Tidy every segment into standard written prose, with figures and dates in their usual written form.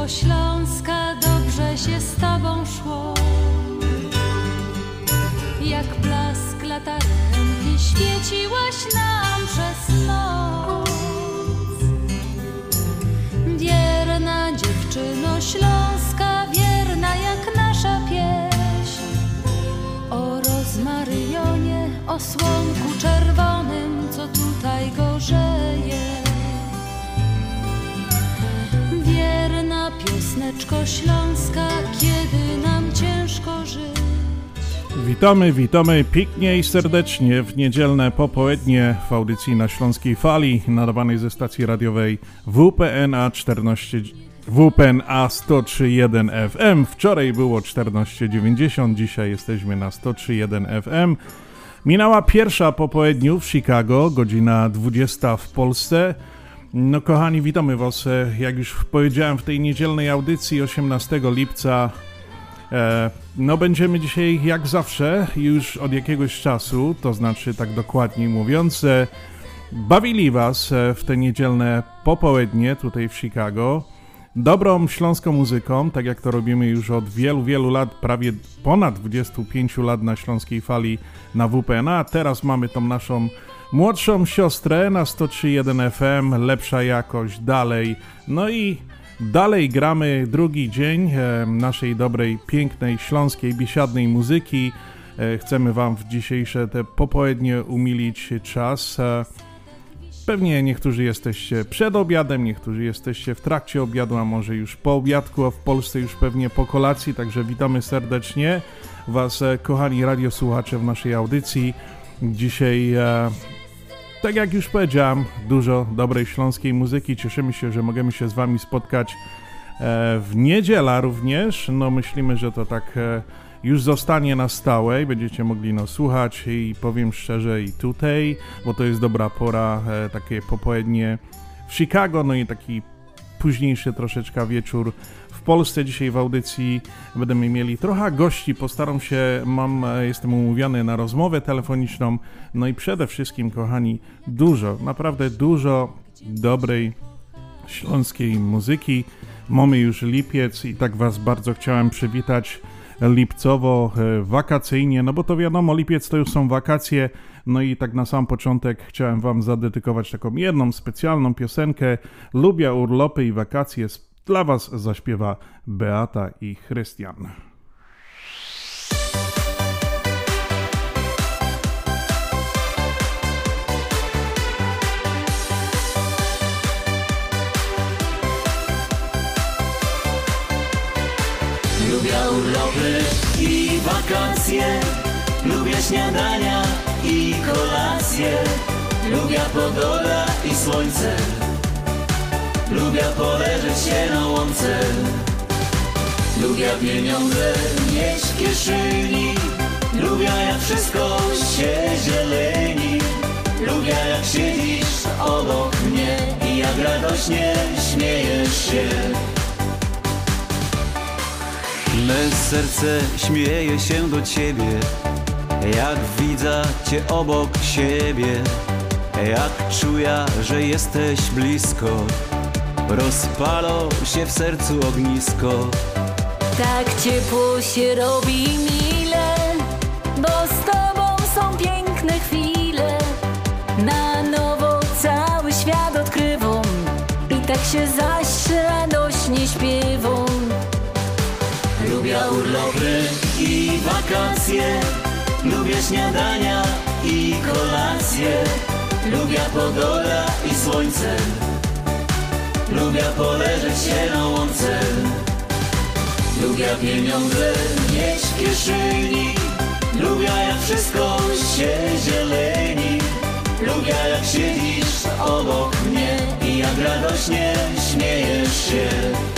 Śląska, dobrze się z tobą szło. Jak blask latarenki świeciłaś nam przez noc. Wierna dziewczyno Śląska, wierna jak nasza pieśń. O rozmaryjonie, o słonku czerwonym, co tutaj gorzeje. Wierna piosneczko śląska, kiedy nam ciężko żyć. Witamy pięknie i serdecznie w niedzielne popołudnie w audycji na Śląskiej Fali, nadawanej ze stacji radiowej WPNA 103.1 FM. Wczoraj było 14,90, dzisiaj jesteśmy na 103.1 FM. Minęła pierwsza po południu w Chicago, godzina 20 w Polsce. No kochani, witamy was, jak już powiedziałem w tej niedzielnej audycji 18 lipca. No będziemy dzisiaj jak zawsze, już od jakiegoś czasu, to znaczy tak dokładniej mówiąc, bawili was w te niedzielne popołudnie tutaj w Chicago dobrą śląską muzyką, tak jak to robimy już od wielu lat, prawie ponad 25 lat na Śląskiej Fali na WPNA. Teraz mamy tą naszą młodszą siostrę na 103.1 FM, lepsza jakość, dalej. No i dalej gramy drugi dzień naszej dobrej, pięknej, śląskiej, biesiadnej muzyki. Chcemy wam w dzisiejsze te popołudnie umilić czas. Pewnie niektórzy jesteście przed obiadem, niektórzy jesteście w trakcie obiadu, a może już po obiadku, a w Polsce już pewnie po kolacji, także witamy serdecznie was, kochani radiosłuchacze, w naszej audycji. Dzisiaj, tak jak już powiedziałem, dużo dobrej śląskiej muzyki. Cieszymy się, że możemy się z wami spotkać w niedzielę również. No myślimy, że to tak już zostanie na stałe i będziecie mogli słuchać i powiem szczerze i tutaj, bo to jest dobra pora, takie popołudnie w Chicago, no i taki późniejszy troszeczkę wieczór w Polsce. Dzisiaj w audycji będziemy mieli trochę gości, postaram się, jestem umówiony na rozmowę telefoniczną, no i przede wszystkim, kochani, naprawdę dużo dobrej śląskiej muzyki. Mamy już lipiec i tak was bardzo chciałem przywitać lipcowo, wakacyjnie, no bo to wiadomo, lipiec to już są wakacje, no i tak na sam początek chciałem wam zadedykować taką jedną specjalną piosenkę. Lubię urlopy i wakacje, dla was zaśpiewa Beata i Chrystian. Lubię urlopy i wakacje, lubię śniadania i kolacje, lubię pogodę i słońce, lubię poleżeć się na łące, lubię pieniądze mieć w kieszeni, lubię jak wszystko się zieleni, lubię jak siedzisz obok mnie i jak radośnie śmiejesz się. Me serce śmieje się do ciebie, jak widzę cię obok siebie, jak czuję, że jesteś blisko, rozpalo się w sercu ognisko. Tak ciepło się robi mile, bo z tobą są piękne chwile. Na nowo cały świat odkrywam i tak się zaś radośnie śpiewam. Lubię urlopy i wakacje, lubię śniadania i kolacje, lubię pogodę i słońce, lubię poleżeć się na łące, lubię pieniądze mieć w kieszeni, lubię jak wszystko się zieleni, lubię jak siedzisz obok mnie i jak radośnie śmiejesz się.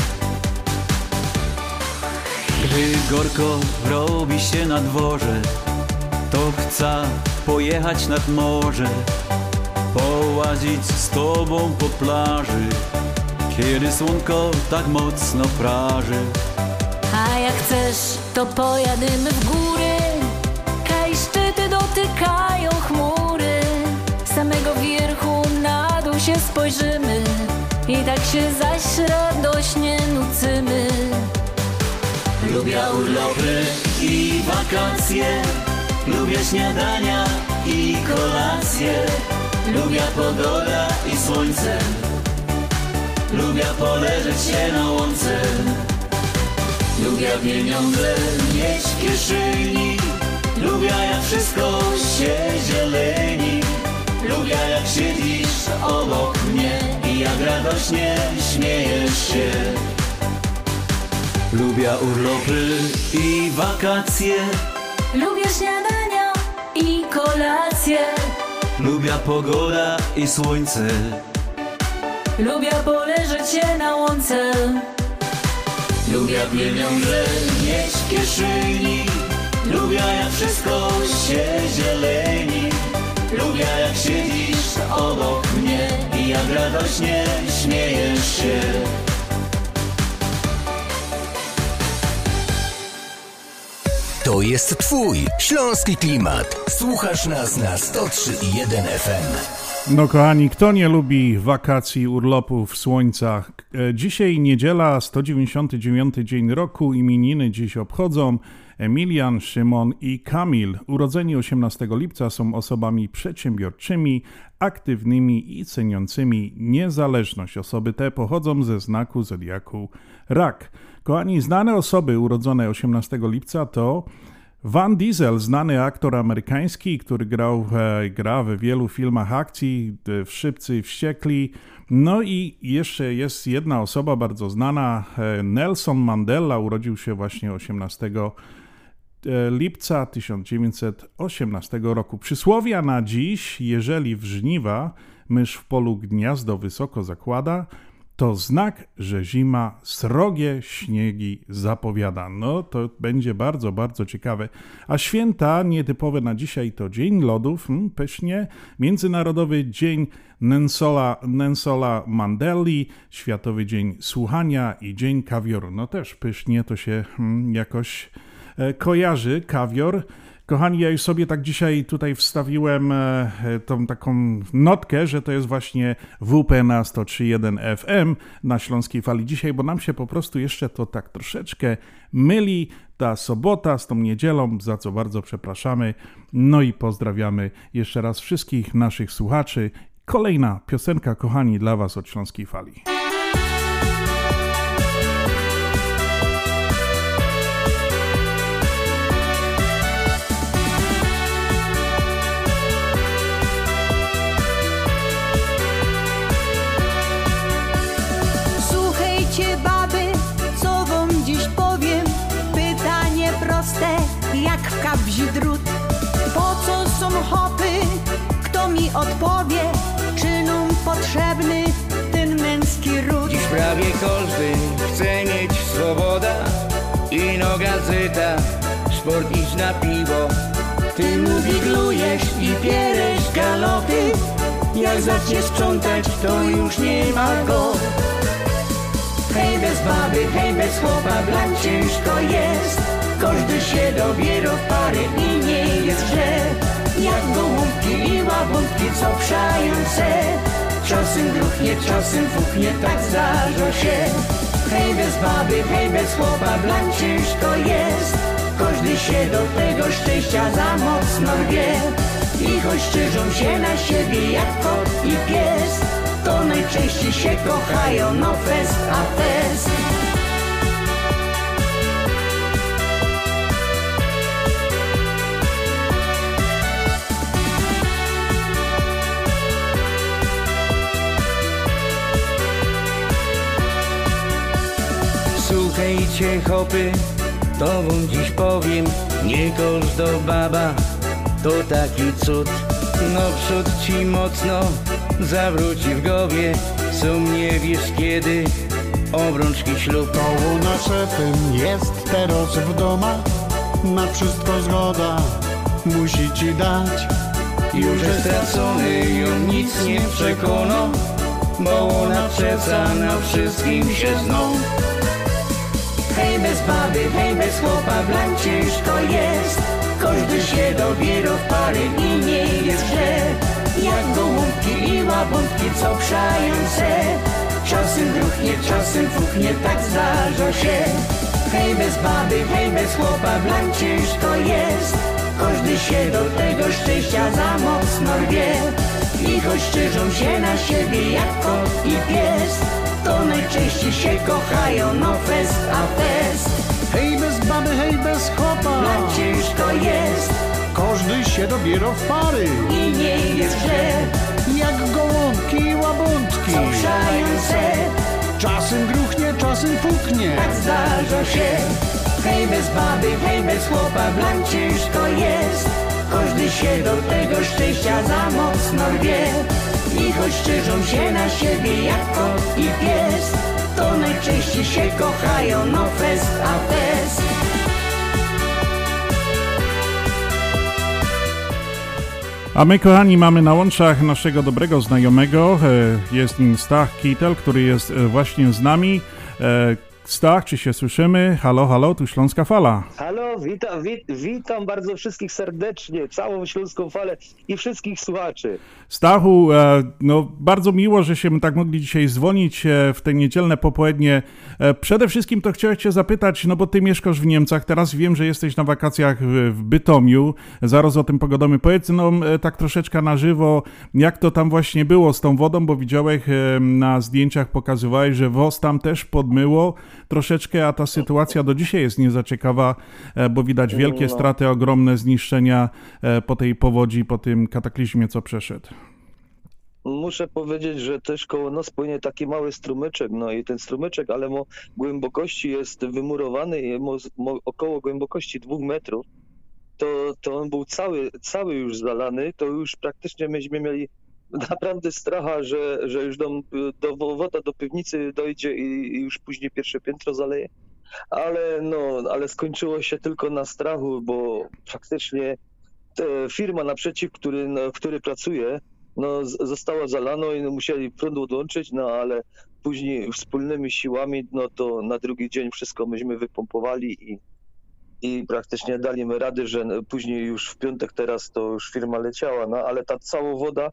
Gdy gorko robi się na dworze, to chcę pojechać nad morze, połazić z tobą po plaży, kiedy słonko tak mocno praży. A jak chcesz, to pojadymy w góry, kaj szczyty dotykają chmury. Z samego wierchu na dół się spojrzymy i tak się zaś radośnie nucymy. Lubię urlopy i wakacje, lubię śniadania i kolacje, lubię pogoda i słońce, lubię poleżeć się na łące, lubię pieniądze mieć w kieszeni, lubię jak wszystko się zieleni, lubię jak siedzisz obok mnie i jak radośnie śmiejesz się. Lubię urlopy i wakacje, lubię śniadania i kolacje, lubię pogoda i słońce, lubię poleżeć się na łące, lubię pieniądze mieć w kieszeni, lubię jak wszystko się zieleni, lubię jak siedzisz obok mnie i jak radośnie śmiejesz się. To jest twój śląski klimat. Słuchasz nas na 103,1 FM. No kochani, kto nie lubi wakacji, urlopów, słońca? Dzisiaj niedziela, 199 dzień roku. Imieniny dziś obchodzą Emilian, Szymon i Kamil. Urodzeni 18 lipca są osobami przedsiębiorczymi, aktywnymi i ceniącymi niezależność. Osoby te pochodzą ze znaku zodiaku Rak. Kochani, znane osoby urodzone 18 lipca to Van Diesel, znany aktor amerykański, który gra w wielu filmach akcji, w Szybcy i Wściekli. No i jeszcze jest jedna osoba bardzo znana, Nelson Mandela, urodził się właśnie 18 lipca 1918 roku. Przysłowia na dziś: jeżeli w żniwa mysz w polu gniazdo wysoko zakłada, to znak, że zima srogie śniegi zapowiada. No to będzie bardzo, bardzo ciekawe. A święta nietypowe na dzisiaj to Dzień Lodów, pysznie, Międzynarodowy Dzień Nelsona Mandeli, Światowy Dzień Słuchania i Dzień Kawioru. No też pysznie to się jakoś kojarzy, kawior. Kochani, ja już sobie tak dzisiaj tutaj wstawiłem tą taką notkę, że to jest właśnie WP na 103,1 FM na Śląskiej Fali dzisiaj, bo nam się po prostu jeszcze to tak troszeczkę myli, ta sobota z tą niedzielą, za co bardzo przepraszamy. No i pozdrawiamy jeszcze raz wszystkich naszych słuchaczy. Kolejna piosenka, kochani, dla was od Śląskiej Fali. Jak w kabzi drut. Po co są hopy? Kto mi odpowie? Czy nam potrzebny ten męski ród? Dziś prawie każdy chce mieć swoboda. Ino gazeta, sport iść na piwo. Ty mu wiglujesz i pieresz galopy. Jak zacznie sprzątać, to już nie ma go. Hej bez baby, hej bez chłopa, blan ciężko jest. Każdy się dobiera w pary i nie jest źle. Jak gołąbki i łabątki, co przają se. Czasem gruchnie, czasem fuchnie, tak zdarza się. Hej bez baby, hej bez chłopa, blan ciężko jest. Każdy się do tego szczęścia za mocno rwie. I choć szczyżą się na siebie jak kot i pies, to najczęściej się kochają, no fest a fest. Słuchajcie hopy, to wam dziś powiem, nie każda baba to taki cud. No przód ci mocno zawróci w głowie, sum nie wiesz kiedy obrączki ślub. To u nas szefem jest teraz w domach, na wszystko zgoda musi ci dać. Już jest stracony, ją nic nie przekona, bo ona przeca na wszystkim się zną. Hej bez baby, hej bez chłopa, blan ciężko jest. Każdy się dobiera w pary i nie jest źle. Jak gołąbki i łabątki, co przają se. czasem fuknie, tak zdarza się. Hej bez baby, hej bez chłopa, blank ciężko jest. Każdy się do tego szczęścia za mocno rwie. I choć szczerzą się na siebie jak kot i pies, to najczęściej się kochają, no fest a fest. Hej bez baby, hej bez chłopa, Blank ciężko jest każdy się dobiera w pary. i nie jest źle, Jak gołąbki i łabątki, co grzają se, czasem gruchnie, czasem puknie. tak zdarza się. Hej bez baby, hej bez chłopa, blank ciężko jest. Każdy się do tego szczęścia za mocno rwie. I choć szczerzą się na siebie jak kot i pies, to najczęściej się kochają, no fest a fest. A my, kochani, mamy na łączach naszego dobrego znajomego. Jest nim Stach Kittel, który jest właśnie z nami. Stach, czy się słyszymy? Halo, halo, tu Śląska Fala. Halo, witam bardzo wszystkich serdecznie, całą Śląską Falę i wszystkich słuchaczy. Stachu, no bardzo miło, że się tak mogli dzisiaj dzwonić w te niedzielne popołudnie. Przede wszystkim to chciałem cię zapytać, no bo ty mieszkasz w Niemcach, teraz wiem, że jesteś na wakacjach w Bytomiu, zaraz o tym pogadamy. Powiedz nam tak troszeczkę na żywo, jak to tam właśnie było z tą wodą, bo widziałeś na zdjęciach, pokazywałeś, że WOS tam też podmyło troszeczkę, a ta sytuacja do dzisiaj jest nieciekawa, bo widać wielkie straty, ogromne zniszczenia po tej powodzi, po tym kataklizmie, co przeszedł. Muszę powiedzieć, że też koło nas płynie taki mały strumyczek, no i ten strumyczek, ale głębokości jest wymurowany, około głębokości 2 metrów, to on był cały już zalany, to już praktycznie myśmy mieli naprawdę stracha, że już woda do piwnicy dojdzie i już później pierwsze piętro zaleje, ale skończyło się tylko na strachu, bo faktycznie firma naprzeciw, który pracuje, została zalana i musieli prąd odłączyć, ale później wspólnymi siłami, to na drugi dzień wszystko myśmy wypompowali i praktycznie daliśmy rady, że później już w piątek teraz to już firma leciała, ale ta cała woda,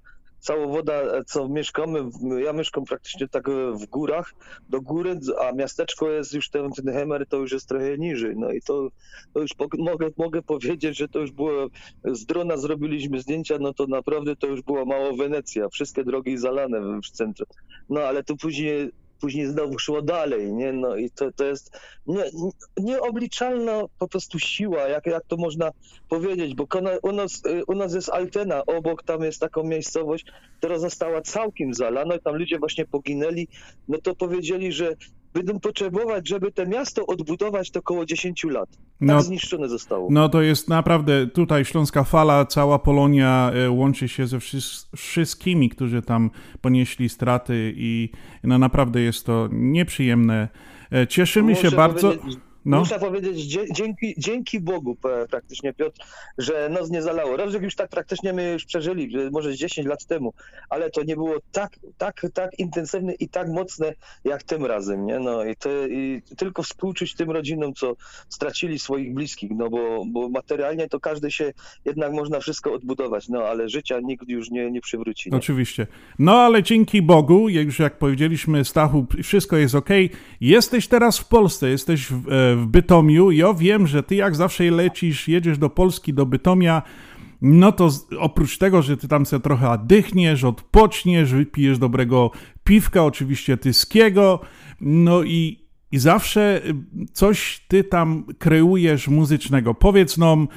co mieszkamy, ja mieszkam praktycznie tak w górach, do góry, a miasteczko jest już, ten Hemer to już jest trochę niżej, no i to już mogę powiedzieć, że to już było, z drona zrobiliśmy zdjęcia, to naprawdę to już była mała Wenecja, wszystkie drogi zalane w centrum, ale to później znowu szło dalej, nie? No i to jest nieobliczalna po prostu siła, jak to można powiedzieć, bo u nas jest Altena, obok tam jest taką miejscowość, która została całkiem zalana, tam ludzie właśnie poginęli, to powiedzieli, że będą potrzebować, żeby to miasto odbudować, to około 10 lat. Tak zniszczone zostało. No to jest naprawdę tutaj Śląska Fala, cała Polonia łączy się ze wszystkimi, którzy tam ponieśli straty i naprawdę jest to nieprzyjemne. Cieszymy się bardzo. Muszę powiedzieć, dzięki Bogu praktycznie, Piotr, że nas nie zalało. Raz, już tak praktycznie my już przeżyli, może 10 lat temu, ale to nie było tak intensywne i tak mocne jak tym razem, nie? I tylko współczuć tym rodzinom, co stracili swoich bliskich, bo materialnie to każdy się jednak można wszystko odbudować, ale życia nikt już nie przywróci. Nie? Oczywiście. Ale dzięki Bogu, już jak powiedzieliśmy, Stachu, wszystko jest okej. Jesteś teraz w Polsce, jesteś w Bytomiu. Ja wiem, że ty jak zawsze jedziesz do Polski, do Bytomia, to oprócz tego, że ty tam sobie trochę oddychniesz, odpoczniesz, wypijesz dobrego piwka, oczywiście tyskiego, i zawsze coś ty tam kreujesz muzycznego. Powiedz nam,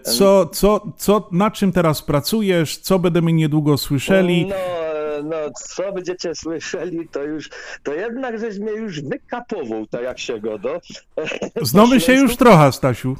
nad czym teraz pracujesz, co będziemy niedługo słyszeli. Co będziecie słyszeli, to jednak żeś mnie już wykapował, tak jak się godo. Znamy się już trochę, Stasiu.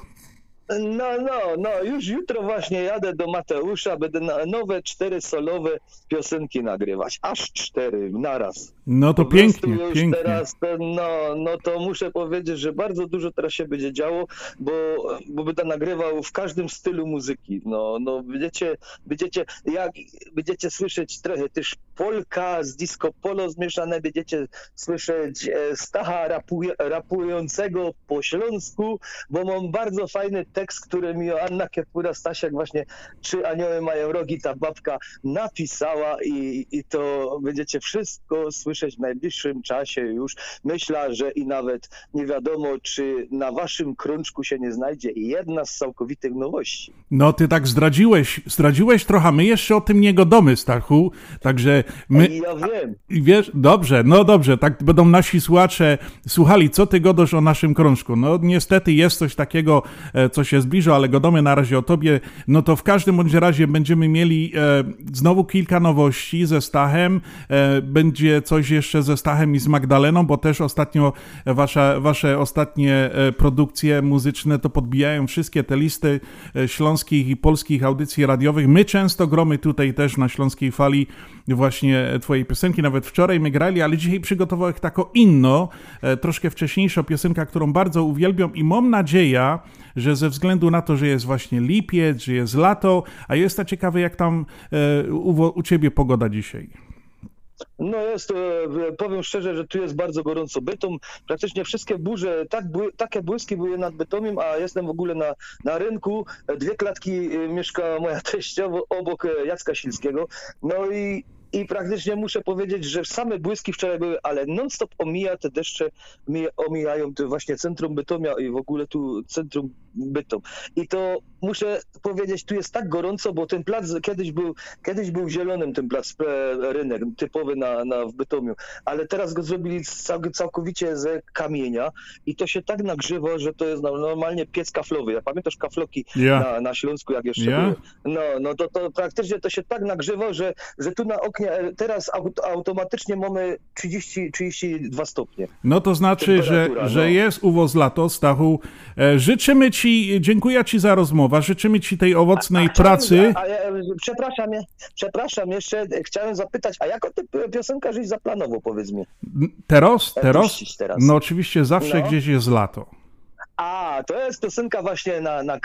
Już jutro właśnie jadę do Mateusza, będę nowe 4 solowe piosenki nagrywać, aż 4 naraz. To pięknie, pięknie. Teraz, to muszę powiedzieć, że bardzo dużo teraz się będzie działo, bo będę nagrywał w każdym stylu muzyki. Będziecie słyszeć trochę też polka z disco polo zmieszane, będziecie słyszeć Stacha rapującego po śląsku, bo mam bardzo fajny tekst, który mi Anna Kepura-Stasiak właśnie Czy anioły mają rogi, ta babka napisała i to będziecie wszystko słyszeć w najbliższym czasie już. Myślę, że i nawet nie wiadomo, czy na waszym krączku się nie znajdzie jedna z całkowitych nowości. No ty tak zdradziłeś trochę, my jeszcze o tym nie godomy, Stachu, także my... Ja wiem. Wiesz, dobrze, tak będą nasi słuchacze słuchali, co ty godosz o naszym krążku. No niestety jest coś takiego, co się zbliża, ale godomy na razie o tobie. No to w każdym bądź razie będziemy mieli znowu kilka nowości ze Stachem, będzie coś jeszcze ze Stachem i z Magdaleną, bo też ostatnio wasze ostatnie produkcje muzyczne to podbijają wszystkie te listy śląskich i polskich audycji radiowych. My często gromy tutaj też na Śląskiej Fali właśnie twojej piosenki, nawet wczoraj my grali, ale dzisiaj przygotowałem taką inną, troszkę wcześniejszą piosenkę, którą bardzo uwielbiam i mam nadzieję, że ze względu na to, że jest właśnie lipiec, że jest lato, a jestem ciekawy, jak tam u ciebie pogoda dzisiaj. No jest, powiem szczerze, że tu jest bardzo gorąco. Bytom, praktycznie wszystkie burze, takie błyski były nad Bytomiem, a jestem w ogóle na rynku. 2 klatki mieszka moja teściowa obok Jacka Silskiego. No i praktycznie muszę powiedzieć, że same błyski wczoraj były, ale non-stop omija te deszcze, omijają to właśnie centrum Bytomia i w ogóle tu centrum Bytom. I to muszę powiedzieć, tu jest tak gorąco, bo ten plac kiedyś był zielonym, ten plac rynek typowy w Bytomiu, ale teraz go zrobili całkowicie ze kamienia i to się tak nagrzewa, że to jest normalnie piec kaflowy. Ja pamiętasz kafloki na Śląsku, jak jeszcze były? No to praktycznie to się tak nagrzewa, że tu na oknie teraz automatycznie mamy 32 stopnie. No to znaczy, że jest u was lato, Stachu. Życzymy ci, dziękuję ci za rozmowę, życzymy ci tej owocnej pracy. Przepraszam, jeszcze chciałem zapytać, a jak o tę piosenkę żeś zaplanował, powiedz mi? Teraz? No oczywiście zawsze gdzieś jest lato. A, to jest piosenka właśnie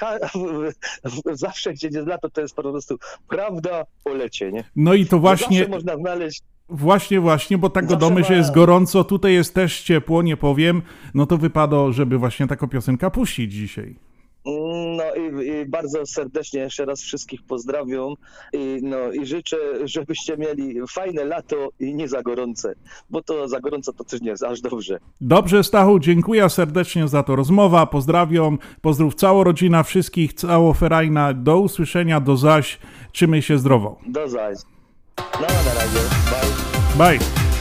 zawsze gdzie jest lato, to jest po prostu prawda o lecie, nie? No i to właśnie... Zawsze można znaleźć... Właśnie, bo tak godomy, że jest gorąco, tutaj jest też ciepło, nie powiem, no to wypada, żeby właśnie taką piosenkę puścić dzisiaj. No i bardzo serdecznie jeszcze raz wszystkich pozdrawiam i życzę, żebyście mieli fajne lato i nie za gorące, bo to za gorąco to też nie jest aż dobrze. Dobrze, Stachu, dziękuję serdecznie za to rozmowa, pozdrawiam, pozdrów całą rodzinę, wszystkich, całą ferajna, do usłyszenia, do zaś, trzymaj się zdrowo. Do zaś. No na razie, bye.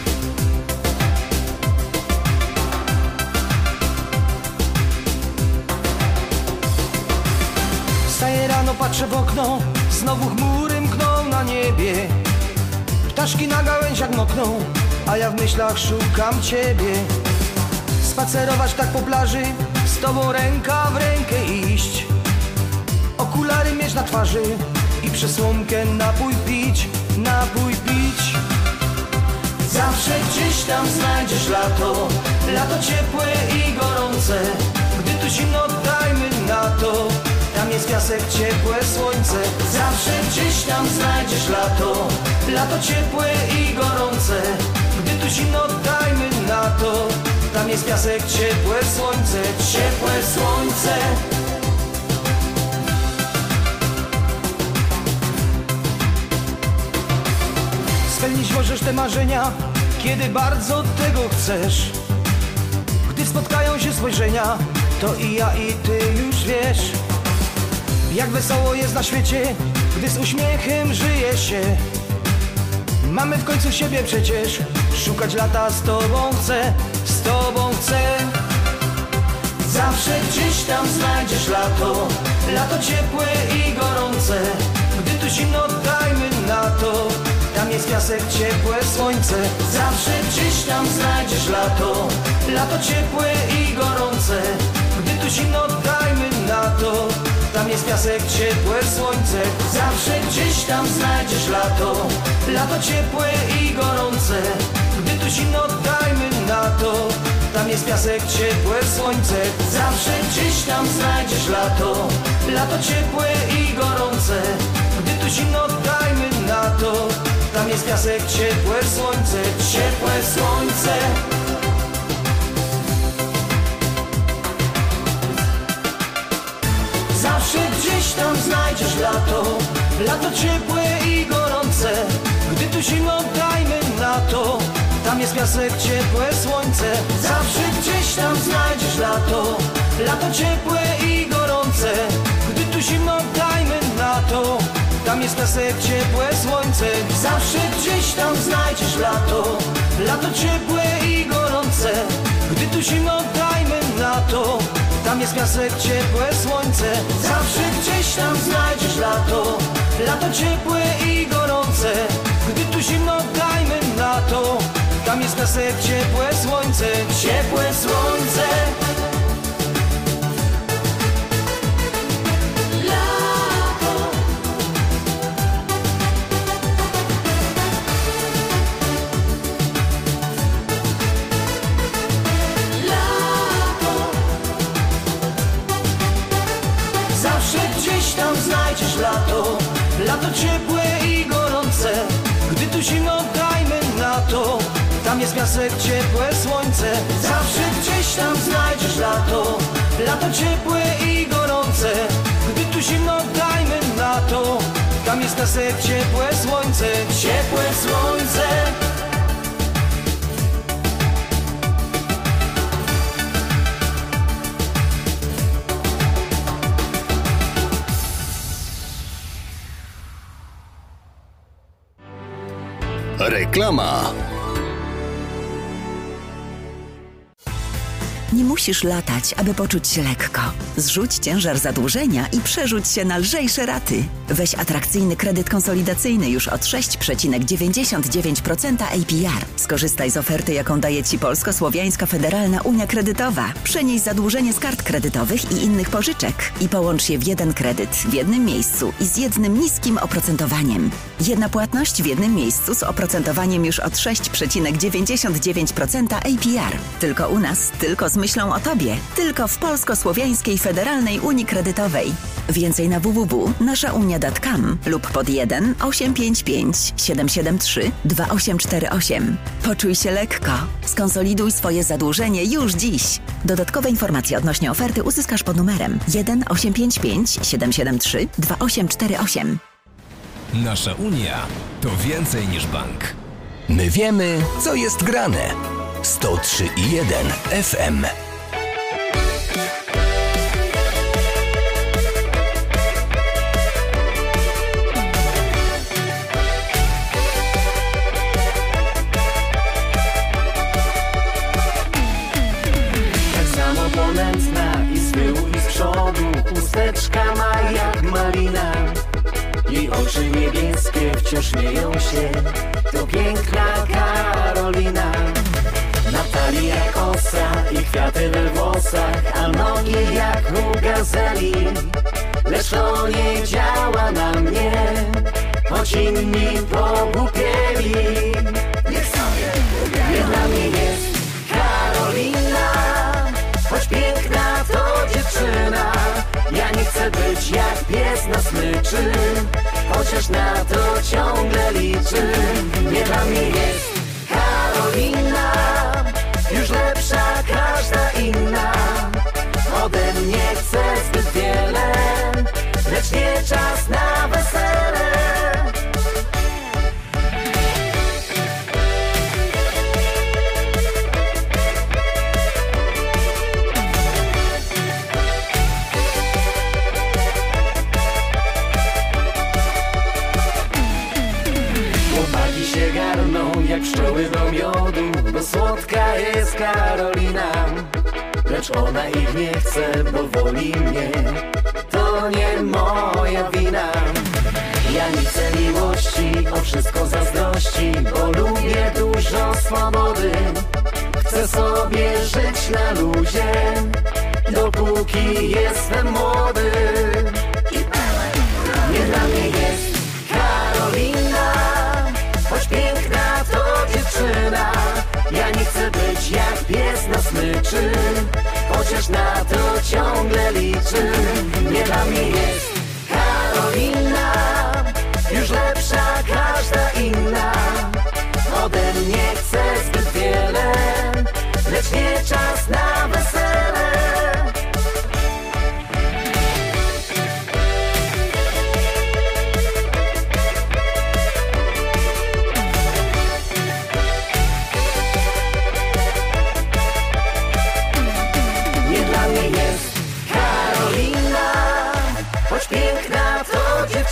Wstaję rano, patrzę w okno, znowu chmury mkną na niebie. Ptaszki na gałęziach mokną, a ja w myślach szukam ciebie. Spacerować tak po plaży, z tobą ręka w rękę iść. Okulary mieć na twarzy i przez słomkę napój pić. Zawsze gdzieś tam znajdziesz lato, lato ciepłe i gorące. Gdy tu zimno, dajmy na to, tam jest piasek, ciepłe słońce. Zawsze gdzieś tam znajdziesz lato, lato ciepłe i gorące. Gdy tu zimno, dajmy na to, tam jest piasek, ciepłe słońce. Ciepłe słońce. Spełnić możesz te marzenia, kiedy bardzo tego chcesz. Gdy spotkają się spojrzenia, to i ja i ty już wiesz. Jak wesoło jest na świecie, gdy z uśmiechem żyje się. Mamy w końcu siebie przecież, szukać lata z tobą chcę. Zawsze gdzieś tam znajdziesz lato, lato ciepłe i gorące. Gdy tu zimno, dajmy na to, tam jest piasek, ciepłe słońce. Zawsze gdzieś tam znajdziesz lato, lato ciepłe i gorące. Gdy tu zimno, dajmy na to, tam jest piasek, ciepłe słońce. Zawsze gdzieś tam znajdziesz lato, lato ciepłe i gorące. Gdy tu zimno, dajmy na to, tam jest piasek, ciepłe słońce. Zawsze gdzieś tam znajdziesz lato, lato ciepłe i gorące. Gdy tu zimno, dajmy na to, tam jest piasek, ciepłe słońce, ciepłe słońce. Zawsze gdzieś tam znajdziesz lato, lato ciepłe i gorące. Gdy tu zimno, dajmy na to, tam jest piasek, ciepłe słońce. Zawsze gdzieś tam znajdziesz lato, lato ciepłe i gorące. Gdy tu zimno, dajmy na to, tam jest piasek, ciepłe słońce. Zawsze gdzieś tam znajdziesz lato, lato ciepłe i gorące. Gdy tu zimno, dajmy na to, tam jest piasek, ciepłe słońce. Zawsze gdzieś tam znajdziesz lato, lato ciepłe i gorące. Gdy tu zimno, dajmy na to, tam jest piasek, ciepłe słońce, ciepłe słońce. Znajdziesz lato, lato ciepłe i gorące. Gdy tu zimno, dajmy na to, tam jest piasek, ciepłe słońce. Zawsze gdzieś tam znajdziesz lato, lato ciepłe i gorące. Gdy tu zimno, dajmy na to, tam jest piasek, ciepłe słońce, ciepłe słońce. Reklama. Nie musisz latać, aby poczuć się lekko. Zrzuć ciężar zadłużenia i przerzuć się na lżejsze raty. Weź atrakcyjny kredyt konsolidacyjny już od 6,99% APR. Skorzystaj z oferty, jaką daje Ci Polsko-Słowiańska Federalna Unia Kredytowa. Przenieś zadłużenie z kart kredytowych i innych pożyczek i połącz je w jeden kredyt w jednym miejscu i z jednym niskim oprocentowaniem. Jedna płatność w jednym miejscu z oprocentowaniem już od 6,99% APR. Tylko u nas, tylko z myślą o Tobie. Tylko w Polsko-Słowiańskiej Federalnej Unii Kredytowej. Więcej na www.naszaunia.com lub pod 1 855 773 2848. Poczuj się lekko. Skonsoliduj swoje zadłużenie już dziś. Dodatkowe informacje odnośnie oferty uzyskasz pod numerem 1 855 773 2848. Nasza Unia to więcej niż bank. My wiemy, co jest grane. 103,1 FM. Tak samo ponętna i z tyłu i z przodu, chusteczka ma jak malina. Jej oczy niebieskie wciąż śmieją się, to piękna Karolina. Na talii jak osa i kwiaty we włosach, a nogi jak u gazeli. Lecz to nie działa na mnie, choć inni pogłupieli. Niech sobie nie dla mnie jest Karolina, choć piękna to dziewczyna. Ja nie chcę być jak pies na smyczy, chociaż na to ciągle liczy. Nie dla mnie jest Karolina, już lepsza każda inna. Ode mnie chce zbyt wiele, lecz nie czas na wesele. Chłopaki się garną jak pszczoły do miodu, bo słodka jest Karolina. Lecz ona ich nie chce, bo woli mnie, to nie moja wina. Ja nie chcę miłości, o wszystko zazdrości, bo lubię dużo swobody. Chcę sobie żyć na luzie, dopóki jestem młody. Nie dla mnie jest Karolina, choć piękna to dziewczyna. Ja nie chcę być jak pies na smyczy, chociaż na to ciągle liczy. Nie dla mnie jest Karolina, już lepsza każda inna.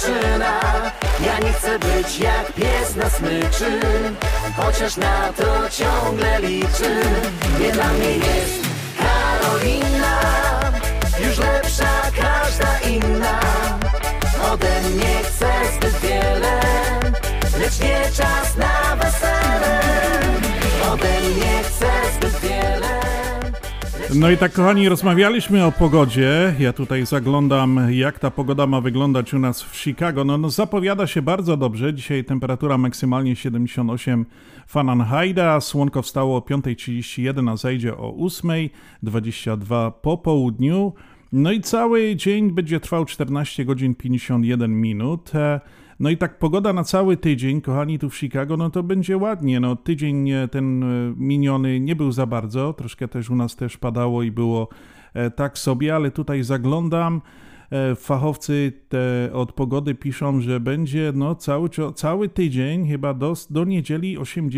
dziewczyna. Ja nie chcę być jak pies na smyczy, chociaż na to ciągle liczy. Nie dla mnie jest Karolina, już lepsza każda inna. Ode mnie chce zbyt wiele, lecz nie czas na wesele. Ode mnie chce zbyt wiele. No i tak, kochani, rozmawialiśmy o pogodzie. Ja tutaj zaglądam, jak ta pogoda ma wyglądać u nas w Chicago. No zapowiada się bardzo dobrze. Dzisiaj temperatura maksymalnie 78 Fahrenheita. Słonko wstało o 5:31, a zajdzie o 8:22 po południu. No i cały dzień będzie trwał 14 godzin 51 minut. No i tak pogoda na cały tydzień, kochani, tu w Chicago, no to będzie ładnie. No tydzień ten miniony nie był za bardzo, troszkę też u nas też padało i było tak sobie, ale tutaj zaglądam, fachowcy od pogody piszą, że będzie no cały tydzień, chyba do niedzieli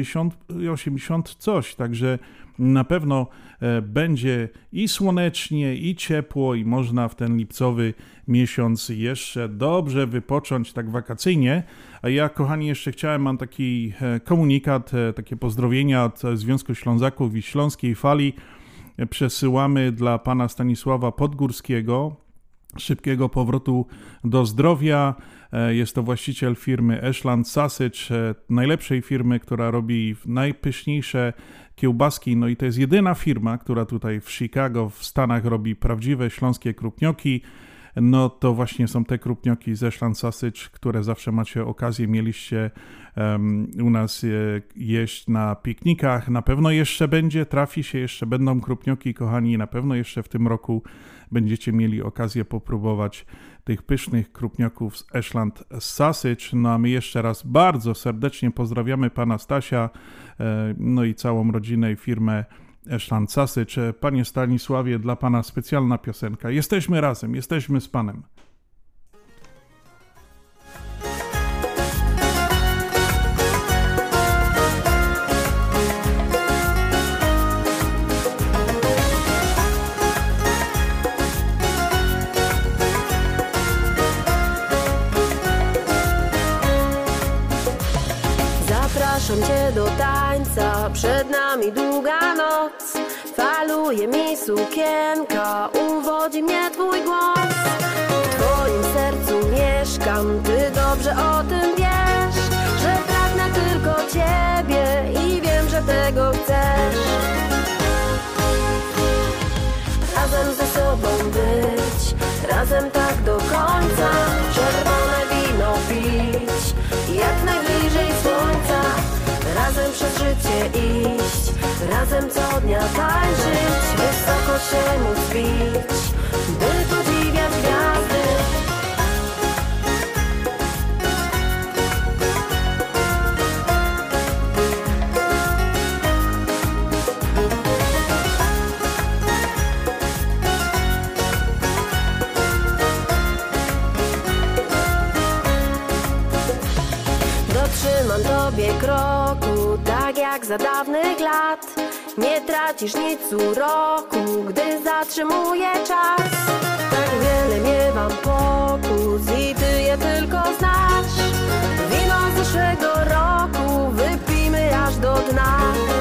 80 coś, także na pewno będzie i słonecznie, i ciepło, i można w ten lipcowy miesiąc jeszcze dobrze wypocząć tak wakacyjnie. A ja, kochani, jeszcze mam taki komunikat, takie pozdrowienia od Związku Ślązaków i Śląskiej Fali. Przesyłamy dla pana Stanisława Podgórskiego szybkiego powrotu do zdrowia. Jest to właściciel firmy Ashland Sausage, najlepszej firmy, która robi najpyszniejsze kiełbaski. No i to jest jedyna firma, która tutaj w Chicago, w Stanach robi prawdziwe śląskie krupnioki. No to właśnie są te krupnioki z Ashland Sausage, które zawsze mieliście u nas jeść na piknikach. Na pewno jeszcze jeszcze będą krupnioki, kochani, na pewno jeszcze w tym roku będziecie mieli okazję popróbować tych pysznych krupnioków z Ashland Sausage. No a my jeszcze raz bardzo serdecznie pozdrawiamy pana Stasia, no i całą rodzinę i firmę Ashland Sausage. Panie Stanisławie, dla pana specjalna piosenka. Jesteśmy razem, jesteśmy z panem. Zapraszam cię do tańca, przed nami długa noc. Faluje mi sukienka, uwodzi mnie twój głos. W twoim sercu mieszkam, ty dobrze o tym wiesz, że pragnę tylko ciebie i wiem, że tego chcesz. Razem ze sobą być, razem tak do końca. Czerwone wino pić, jak najbliżej słońca. Razem przez życie iść, razem co dnia tańczyć, wysoko się móc bić, by podziwiać gwiazdy. Dotrzymam tobie kroku, tak jak za dawnych lat. Nie tracisz nic uroku, gdy zatrzymuje czas. Tak wiele miewam pokus i ty je tylko znasz. Wino z zeszłego roku wypijmy aż do dna.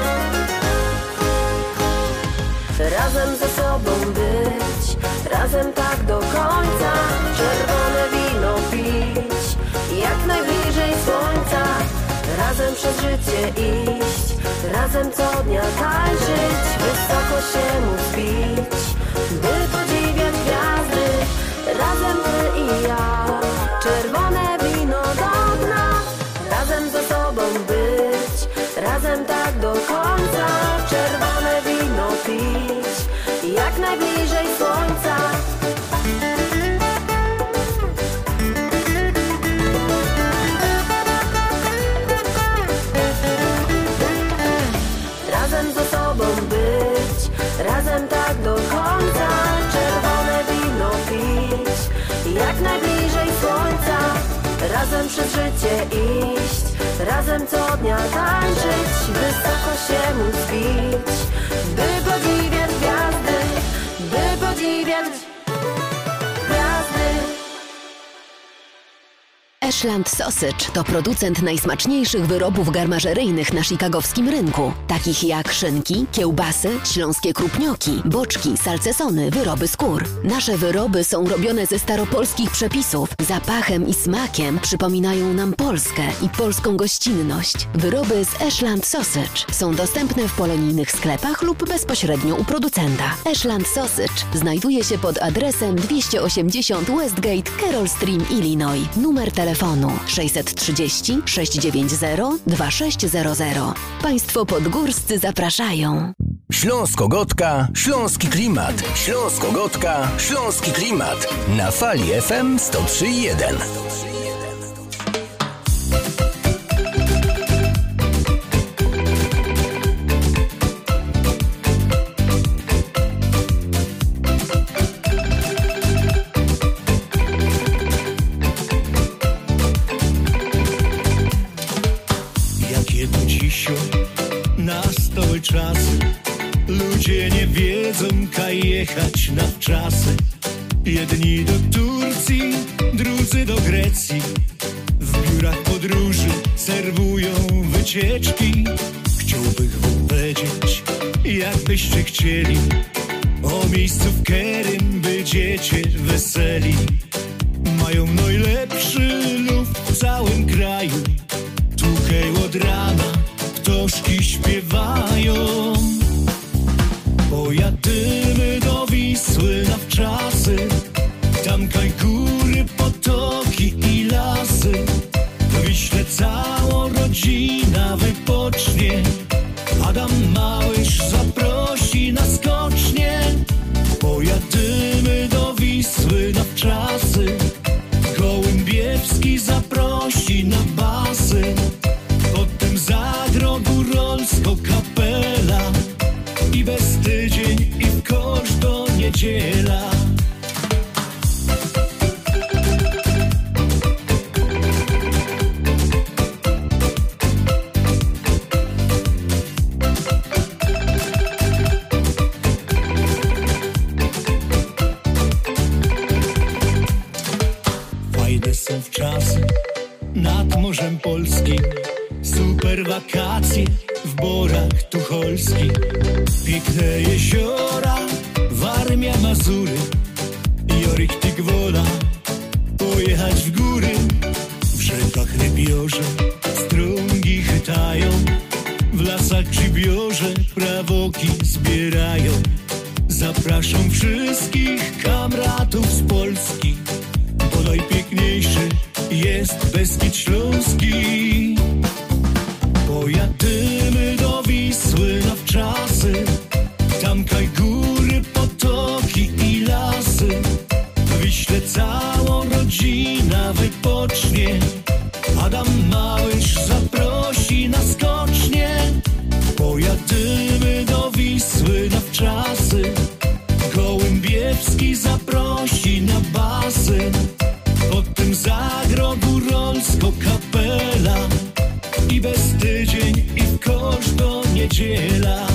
Razem ze sobą być, razem tak do końca. Czerwone wino pić, jak najbliżej słońca. Razem przez życie iść, razem co dnia tańczyć, wysoko się móc bić, by podziwiać gwiazdy. Razem ty i ja, czerwone wino do dna. Razem ze sobą być, razem tak do końca. Czerwone wino pić, jak najbliżej słońca. Razem ze sobą być, razem tak do końca. Czerwone wino pić, jak najbliżej słońca. Razem przez życie iść, razem co dnia tańczyć, wysoko się móc bić, by podziwiać gwiazdy, by podziwiać gwiazdy. Ashland Sausage to producent najsmaczniejszych wyrobów garmażeryjnych na chicagowskim rynku, takich jak szynki, kiełbasy, śląskie krupnioki, boczki, salcesony, wyroby skór. Nasze wyroby są robione ze staropolskich przepisów. Zapachem i smakiem przypominają nam Polskę i polską gościnność. Wyroby z Ashland Sausage są dostępne w polonijnych sklepach lub bezpośrednio u producenta. Ashland Sausage znajduje się pod adresem 280 Westgate, Carroll Stream, Illinois. Numer telefonu 630 690 2600. Państwo podgórscy zapraszają. Śląsko-Gotka, śląski klimat. Śląsko-Gotka, śląski klimat. Na fali FM 103.1. Czasy. Ludzie nie wiedzą, kaj jechać na wczasy. Jedni do Turcji, drudzy do Grecji. W biurach podróży serwują wycieczki. Chciałbym wam powiedzieć, jakbyście chcieli, o miejscu, w którym będziecie weseli. Mają najlepszy luf w całym kraju. Tukaj od rana ptoszki śpiewają. Pojadymy do Wisły na wczasy. Tam kaj góry, potoki i lasy. W Wiśle cała rodzina wypocznie. Adam Małysz zaprosi na skocznie. Pojadymy do Wisły na wczasy. Gołębiewski zaprosi na basy. Potem zagrą górolsko kapela. I bez tydzień i w kosz do niedziela. Fajne są wczasy nad Morzem Polskim. Super wakacje w Borach Tucholskich. Piękne jeziora, Warmia, Mazury. Jorik Tygwola, pojechać w góry. W rzekach rybiorze strungi chytają. W lasach grzybiorze prawoki zbierają. Zapraszam wszystkich kamratów z Polski, bo najpiękniejszy jest Beskid Śląski. Pojadymy do Wisły na wczasy. Tam kaj góry, potoki i lasy. W Wiśle cała rodzina wypocznie. Adam Małysz zaprosi na skocznie. Pojadymy do Wisły na wczasy. Gołębiewski zaprosi na basy. Potem zagrą górolsko kapela. I bez tydzień i w kosz do niedziela.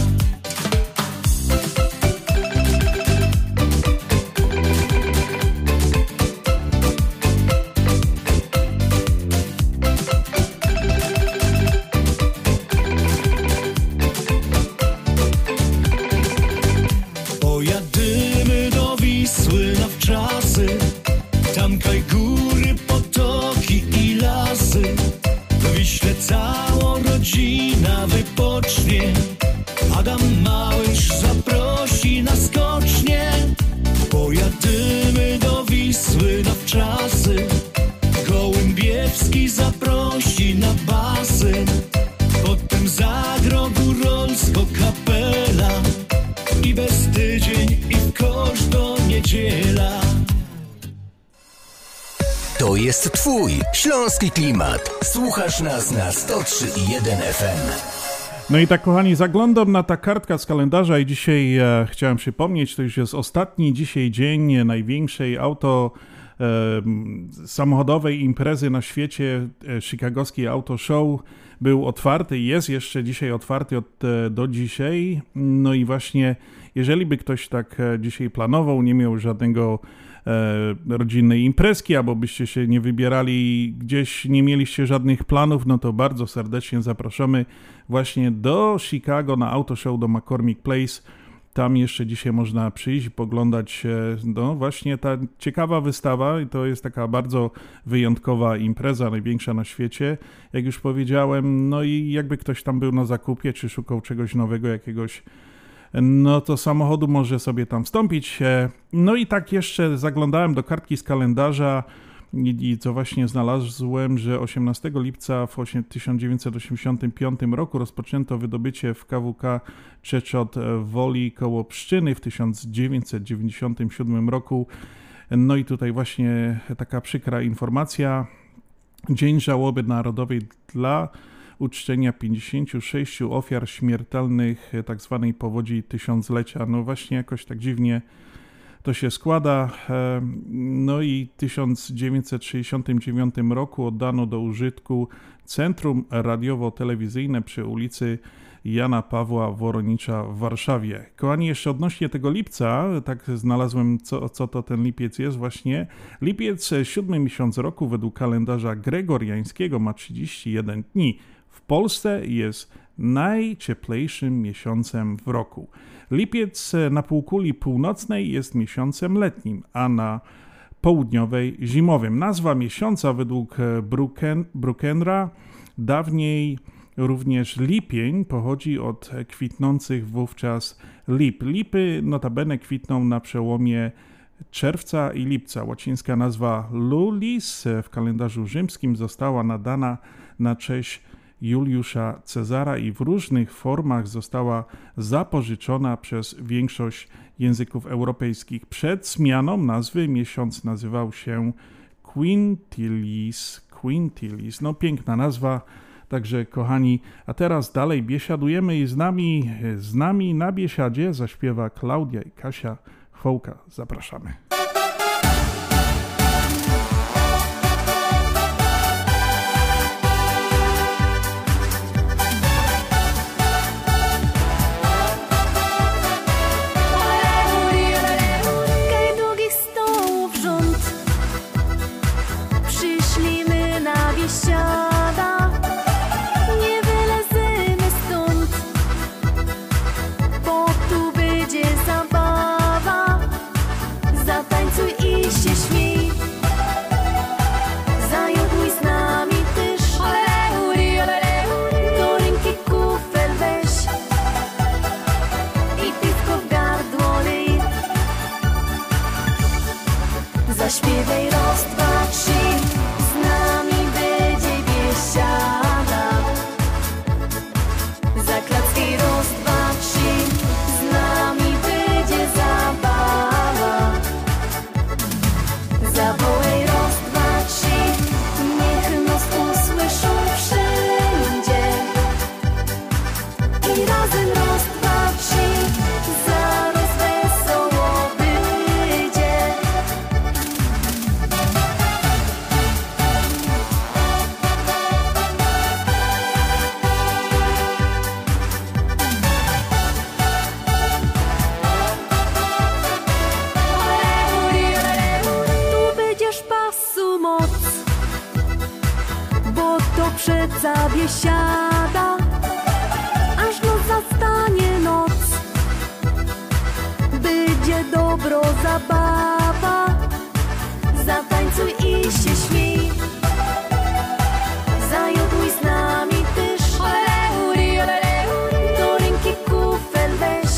Pojadymy do Wisły na wczasy. Tam kaj góry, potoki i lasy. W Wiśle cała rodzina wypocznie. Adam Małysz zaprosi na skocznie. Pojadymy do Wisły na wczasy. Gołębiewski zaprosi na basy. Potem zagrą górolsko kapela. I bez tydzień i w kosz do niedziela. To jest twój śląski klimat. Słuchasz nas na 103.1 FM. No i tak, kochani, zaglądam na ta kartka z kalendarza i dzisiaj chciałem przypomnieć, to już jest ostatni dzisiaj dzień największej samochodowej imprezy na świecie. Chicagowski Auto Show był otwarty i jest jeszcze dzisiaj otwarty do dzisiaj. No i właśnie, jeżeli by ktoś tak dzisiaj planował, nie miał żadnego rodzinnej imprezki, albo byście się nie wybierali gdzieś, nie mieliście żadnych planów, no to bardzo serdecznie zapraszamy właśnie do Chicago na Auto Show do McCormick Place. Tam jeszcze dzisiaj można przyjść i poglądać, no właśnie ta ciekawa wystawa i to jest taka bardzo wyjątkowa impreza, największa na świecie, jak już powiedziałem, no i jakby ktoś tam był na zakupie, czy szukał czegoś nowego, jakiegoś, no to samochodu może sobie tam wstąpić. No i tak jeszcze zaglądałem do kartki z kalendarza i co właśnie znalazłem, że 18 lipca w 1985 roku rozpoczęto wydobycie w KWK Czeczot Woli koło Pszczyny w 1997 roku. No i tutaj właśnie taka przykra informacja. Dzień żałoby narodowej dla uczczenia 56 ofiar śmiertelnych tzw. powodzi tysiąclecia. No właśnie jakoś tak dziwnie to się składa. No i w 1969 roku oddano do użytku Centrum Radiowo-Telewizyjne przy ulicy Jana Pawła Woronicza w Warszawie. Kochani, jeszcze odnośnie tego lipca, tak znalazłem co to ten lipiec jest właśnie. Lipiec, 7 miesiąc roku według kalendarza gregoriańskiego ma 31 dni. W Polsce jest najcieplejszym miesiącem w roku. Lipiec na półkuli północnej jest miesiącem letnim, a na południowej zimowym. Nazwa miesiąca według Brucknera, dawniej również lipień, pochodzi od kwitnących wówczas lip. Lipy notabene kwitną na przełomie czerwca i lipca. Łacińska nazwa Lulis w kalendarzu rzymskim została nadana na cześć Juliusza Cezara i w różnych formach została zapożyczona przez większość języków europejskich. Przed zmianą nazwy miesiąc nazywał się Quintilis. No piękna nazwa, także kochani, a teraz dalej biesiadujemy i z nami na biesiadzie zaśpiewa Klaudia i Kasia Hołka. Zapraszamy. Zaśpiewaj raz, dwa, trzy, z nami będzie biesiada. Zaklacki raz, dwa, trzy, z nami będzie zabawa. Zawołaj raz, dwa, trzy, niech nas usłyszą wszędzie. I razem raz, dwa, trzy, zaraz wesoło będzie. Przeca biesiada, aż noc zastanie noc. Będzie dobro zabawa, zatańcuj i się śmiej. Zajoduj z nami też, do ręki kufel weź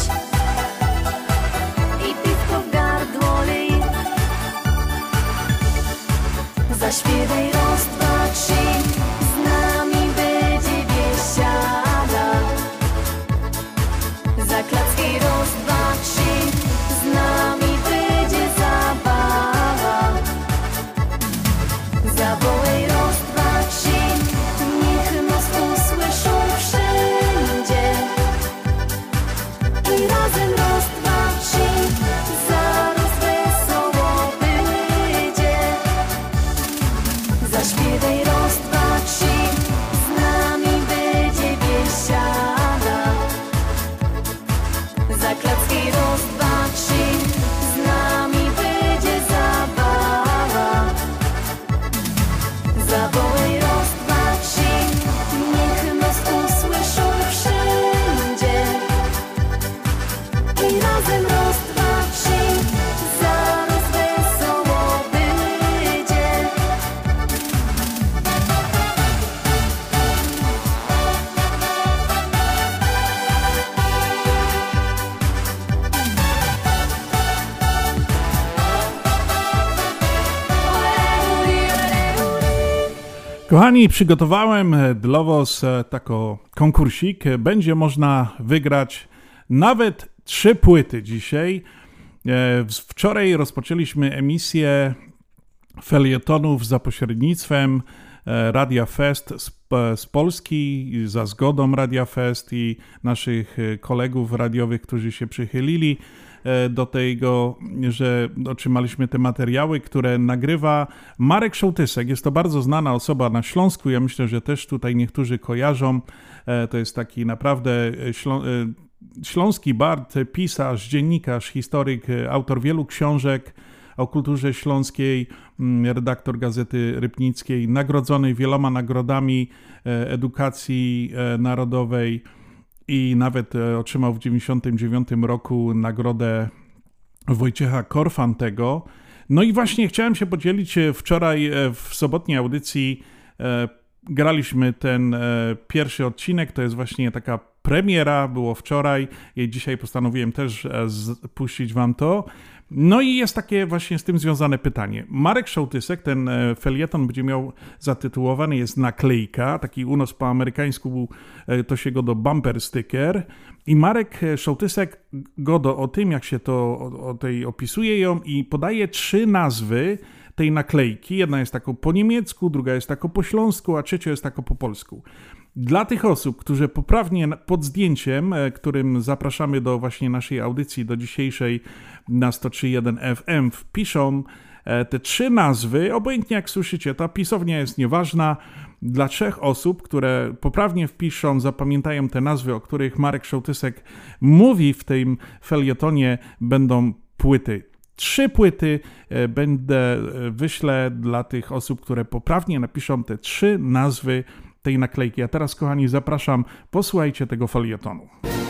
i piwko w gardło lej. Zaśpiewaj raz, dwa, trzy, z nami będzie Kochani, przygotowałem dla was taką konkursik. Będzie można wygrać nawet 3 płyty dzisiaj. Wczoraj rozpoczęliśmy emisję felietonów za pośrednictwem Radia Fest z Polski, za zgodą Radia Fest i naszych kolegów radiowych, którzy się przychylili do tego, że otrzymaliśmy te materiały, które nagrywa Marek Szołtysek. Jest to bardzo znana osoba na Śląsku. Ja myślę, że też tutaj niektórzy kojarzą. To jest taki naprawdę śląski bard, pisarz, dziennikarz, historyk, autor wielu książek o kulturze śląskiej, redaktor Gazety Rybnickiej, nagrodzony wieloma nagrodami edukacji narodowej i nawet otrzymał w 1999 roku nagrodę Wojciecha Korfantego. No i właśnie chciałem się podzielić. Wczoraj w sobotniej audycji graliśmy ten pierwszy odcinek, to jest właśnie taka premiera, było wczoraj i dzisiaj postanowiłem też puścić wam to. No i jest takie właśnie z tym związane pytanie. Marek Szołtysek, ten felieton będzie miał zatytułowany, jest naklejka, taki u nas po amerykańsku to się go do bumper sticker. I Marek Szołtysek godo o tym, jak się to opisuje ją i podaje 3 nazwy tej naklejki. Jedna jest taką po niemiecku, druga jest taką po śląsku, a trzecia jest taką po polsku. Dla tych osób, którzy poprawnie pod zdjęciem, którym zapraszamy do właśnie naszej audycji, do dzisiejszej na 103.1 FM, wpiszą te 3 nazwy, obojętnie jak słyszycie, ta pisownia jest nieważna. Dla 3 osób, które poprawnie wpiszą, zapamiętają te nazwy, o których Marek Szołtysek mówi w tym felietonie, będą płyty. 3 płyty wyślę dla tych osób, które poprawnie napiszą te 3 nazwy tej naklejki. A teraz, kochani, zapraszam, posłuchajcie tego felietonu.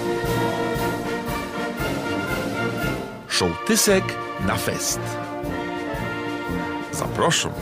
Szołtysek na fest. Zapraszam.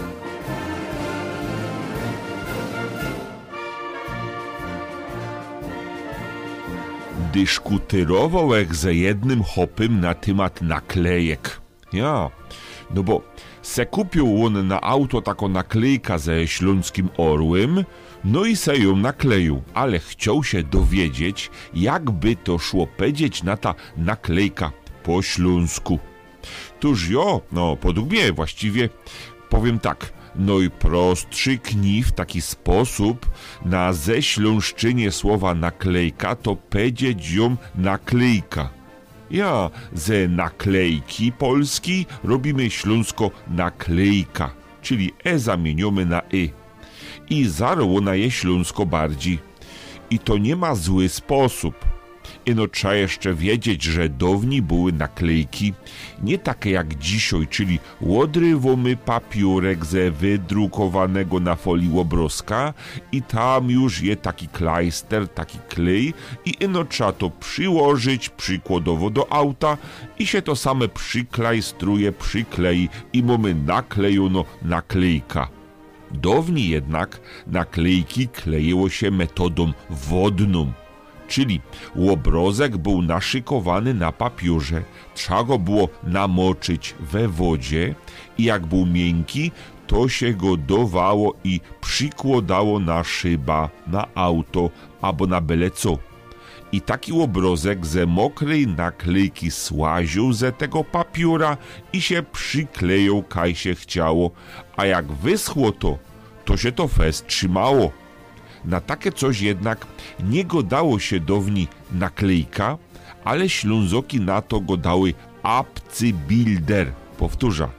Dyskutyrował ze jednym hopem na temat naklejek. Ja, no bo se kupił on na auto taką naklejka ze śląskim orłem, no i se ją nakleił, ale chciał się dowiedzieć, jakby to szło powiedzieć na ta naklejka po śląsku. Tuż no podług mnie właściwie powiem tak, no i prostszy kni w taki sposób na ześląszczynie słowa naklejka to powiedzieć ją naklejka. Ja ze naklejki polski robimy śląsko naklejka, czyli zamieniamy na i zarło na je śląsko bardziej. I to nie ma zły sposób. Ino trzeba jeszcze wiedzieć, że dawniej były naklejki nie takie jak dzisiaj, czyli odrywamy papiurek ze wydrukowanego na folii obrazka i tam już je taki klejster, taki klej i ino trzeba to przyłożyć przykładowo do auta i się to same przyklejstruje, przyklei i mamy naklejono naklejka. Dawniej jednak naklejki kleiło się metodą wodną. Czyli obrazek był naszykowany na papierze, trzeba go było namoczyć we wodzie i jak był miękki, to się go dowało i przykładało na szyba, na auto albo na byle co. I taki obrazek ze mokrej naklejki słaził ze tego papiera i się przyklejał, kaj się chciało, a jak wyschło to się to fest trzymało. Na takie coś jednak nie godało się dawniej naklejka, ale Ślązoki na to godały abcybilder. Powtórzę,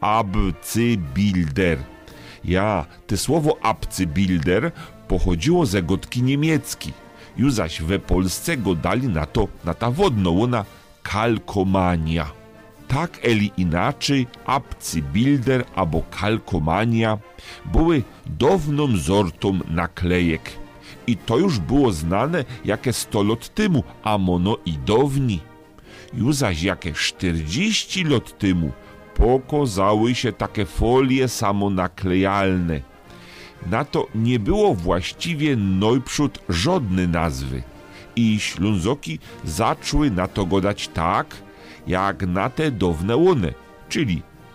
abcybilder. Ja, te słowo abcybilder pochodziło ze gotki niemiecki. Już zaś we Polsce godali na ta wodno, kalkomania. Tak eli inaczej abcybilder albo kalkomania były dawną sortą naklejek. I to już było znane jakie 100 lat temu, a mono i dawniej. Już zaś jakie 40 lat temu pokazały się takie folie samonaklejalne. Na to nie było właściwie najprzód żadnej nazwy. I Ślązoki zaczęły na to godać tak, jak na te dawne łony, czyli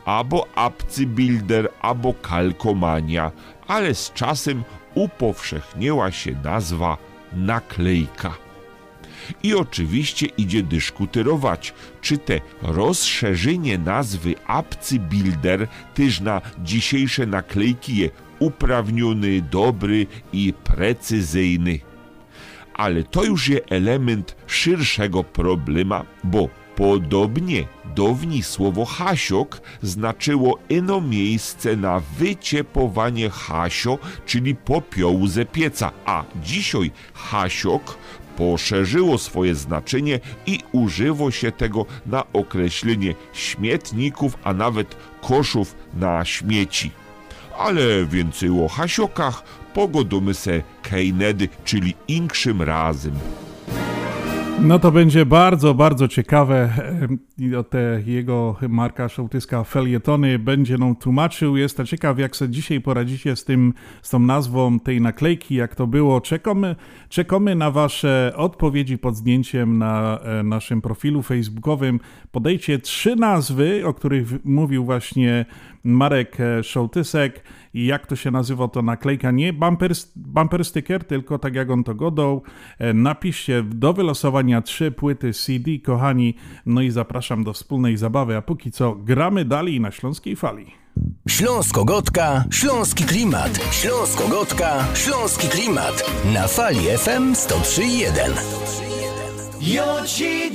albo abcybilder, albo kalkomania, ale z czasem upowszechniła się nazwa naklejka. I oczywiście idzie dyskutować, czy te rozszerzenie nazwy abcybilder też na dzisiejsze naklejki je uprawniony, dobry i precyzyjny. Ale to już jest element szerszego problema, bo podobnie dawniej słowo hasiok znaczyło ino miejsce na wyciepowanie hasio, czyli popiołu ze pieca, a dzisiaj hasiok poszerzyło swoje znaczenie i używa się tego na określenie śmietników, a nawet koszów na śmieci. Ale więcej o hasiokach pogodzimy se kejnedy, czyli inkszym razem. No to będzie bardzo, bardzo ciekawe. Te jego Marka Sołtyska felietony będzie nam tłumaczył. Jestem ciekaw, jak sobie dzisiaj poradzicie z tą nazwą tej naklejki, jak to było. Czekamy na wasze odpowiedzi pod zdjęciem na naszym profilu facebookowym. Podajcie 3 nazwy, o których mówił właśnie Marek Sołtysek. I jak to się nazywa, to naklejka, nie bumper sticker, tylko tak jak on to godał. Napiszcie do wylosowania 3 płyty CD, kochani, no i zapraszam do wspólnej zabawy, a póki co gramy dalej na Śląskiej Fali. Śląsko-Gotka, Śląski Klimat. Śląsko-Gotka, Śląski Klimat. Na Fali FM 103.1. Jo ci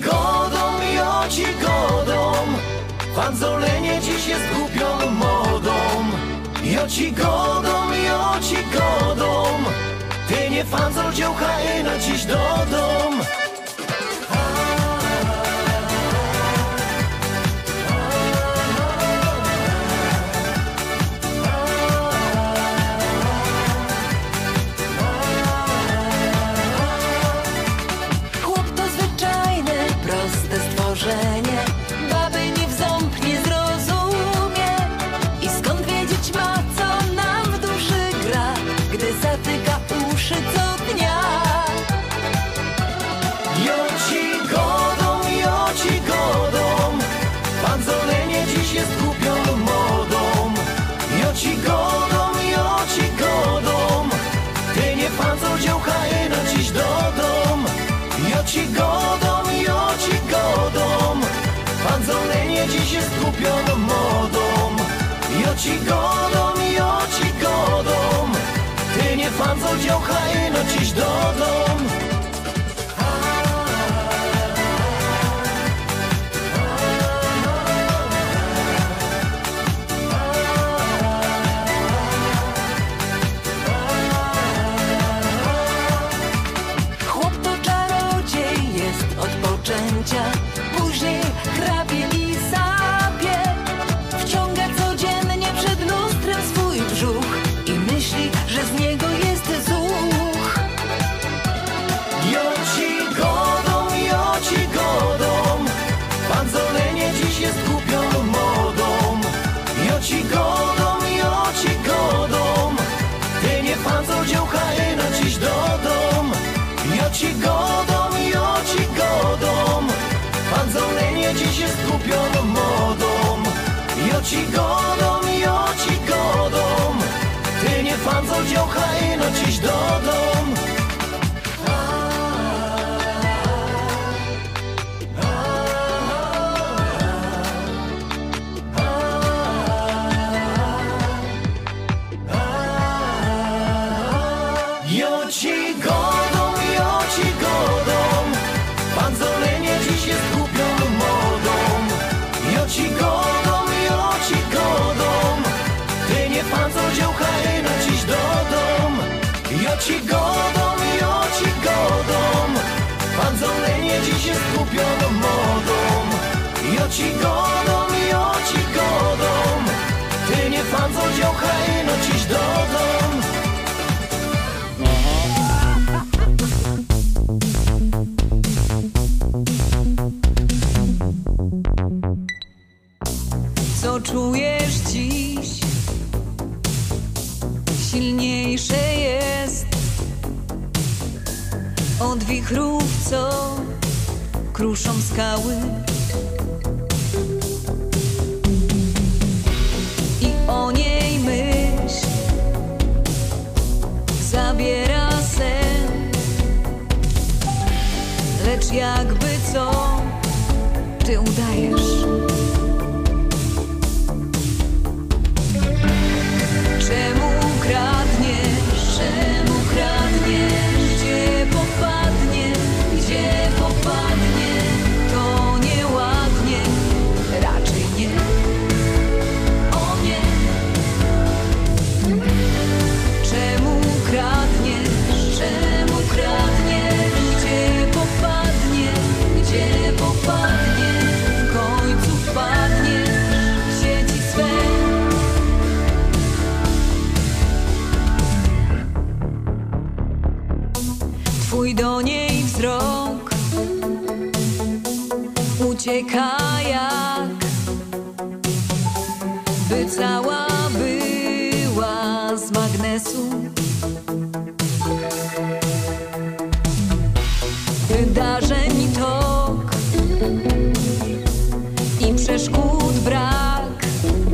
godom, fanzolenie dziś jest głupią modą. Jo ci godom, ty nie fanzol dziołcha i na dziś do dom. Chłop to zwyczajne, proste stworzenie, baby ni w ząb nie zrozumie. I skąd wiedzieć ma, co nam w duszy gra, gdy zatyka uszy co dnia. Jo ci godom, fanzolenie dziś jest głupią modą. Jo ci godom, ty nie fanzol dziołcha i na dziś do dom. Jo ci godom, fanzolenie dziś jest głupią modą. Jo ci godom, ty nie fanzol dziołcha i na dziś do dom. Chłop to czarodziej jest od poczęcia, później chrapie i sapie. Wciąga codziennie przed lustrem swój brzuch i myśli, że z niego jest zuch. Jo ci godom, fanzolenie dziś jest głupią modą. Jo ci godom, ty nie fanzol dziołcha i na dziś do dom. Jo ci godom, fanzolenie dziś jest głupią modą. Jo ci godom, ty nie fanzol dziołcha i na dziś do dom. Jo ci godom, fanzolenie dziś jest głupią modą. Jo ci godom, ty nie fanzol dziołcha i na dziś do dom. Jo ci godom, fanzolenie dziś jest głupią modą. Jo ci godom, ty nie fanzol dziołcha i na dziś do dom. Co czujesz dziś? Silniejsze jest od wichrów, co kruszą skały. o niej myśl zabiera sen, lecz jakby co ty udajesz. Czemu kradniesz, gdzie popadnie, to nieładnie, raczej nie, o nie. Czemu kradniesz, gdzie popadnie, w końcu wpadnie w sieci swe. Twój do niej wzrok ucieka jak by cała była z magnesu. Wydarzeń tok i przeszkód brak,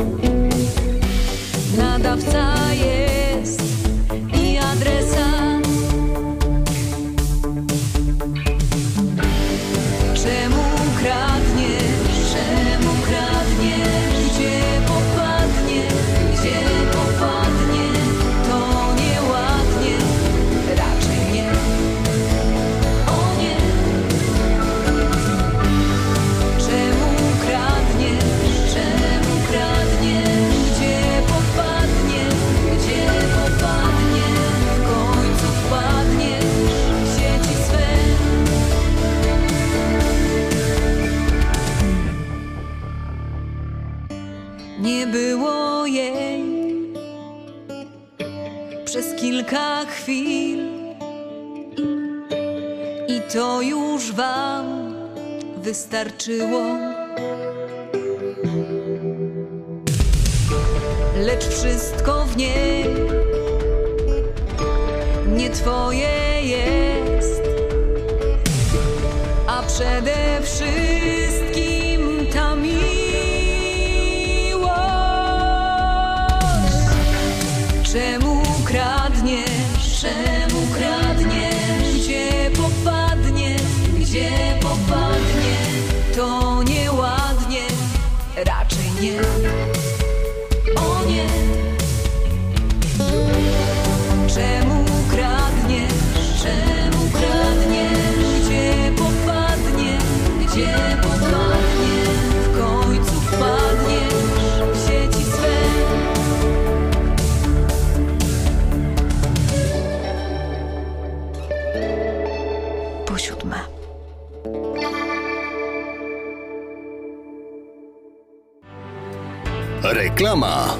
nadawca jest i adresat. Czemu kradniesz, gdzie popadnie, to nieładnie, raczej nie, o nie. Czemu kradniesz, gdzie popadnie, w końcu wpadniesz w sieci swe. Nie było jej przez kilka chwil i to już wam wystarczyło. Lecz wszystko w niej nie twoje jest, a przede wszystkim ta miłość. Czemu kradniesz, gdzie popadnie, to nieładnie, raczej nie, o nie. Czemu kradniesz, gdzie popadnie, w końcu wpadniesz w sieci swe. Po 7. Reklama.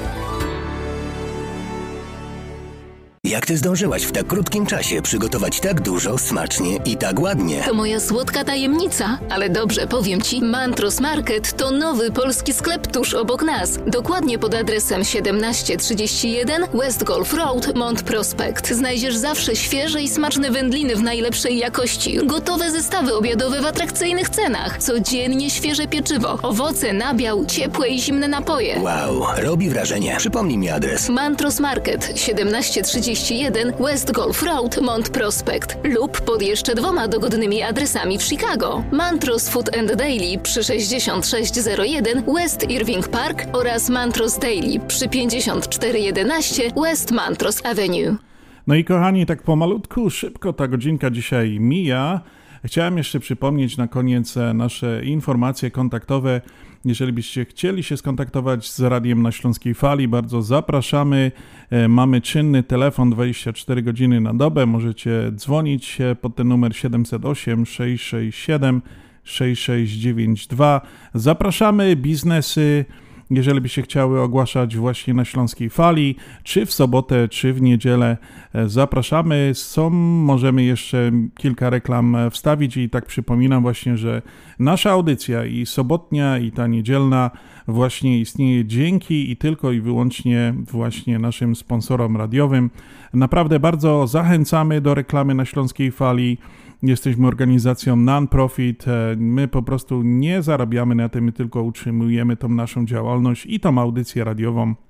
Jak ty zdążyłaś w tak krótkim czasie przygotować tak dużo, smacznie i tak ładnie? To moja słodka tajemnica, ale dobrze, powiem ci, Mantros Market to nowy polski sklep tuż obok nas. Dokładnie pod adresem 1731 West Golf Road, Mont Prospect. Znajdziesz zawsze świeże i smaczne wędliny w najlepszej jakości, gotowe zestawy obiadowe w atrakcyjnych cenach, codziennie świeże pieczywo, owoce, nabiał, ciepłe i zimne napoje. Wow, robi wrażenie. Przypomnij mi adres. Mantros Market, 1731 West Golf Road, Mont Prospect lub pod jeszcze 2 dogodnymi adresami w Chicago. Mantros Food and Daily przy 6601 West Irving Park oraz Mantros Daily przy 5411 West Mantros Avenue. No i kochani, tak pomalutku, szybko ta godzinka dzisiaj mija. Chciałem jeszcze przypomnieć na koniec nasze informacje kontaktowe. Jeżeli byście chcieli się skontaktować z Radiem na Śląskiej Fali, bardzo zapraszamy. Mamy czynny telefon 24 godziny na dobę. Możecie dzwonić pod ten numer 708 667 6692. Zapraszamy biznesy, jeżeli byście chciały ogłaszać właśnie na Śląskiej Fali, czy w sobotę, czy w niedzielę, zapraszamy. Możemy jeszcze kilka reklam wstawić i tak przypominam właśnie, że nasza audycja i sobotnia, i ta niedzielna właśnie istnieje dzięki i tylko i wyłącznie właśnie naszym sponsorom radiowym. Naprawdę bardzo zachęcamy do reklamy na Śląskiej Fali. Jesteśmy organizacją non-profit, my po prostu nie zarabiamy na tym, my tylko utrzymujemy tą naszą działalność i tą audycję radiową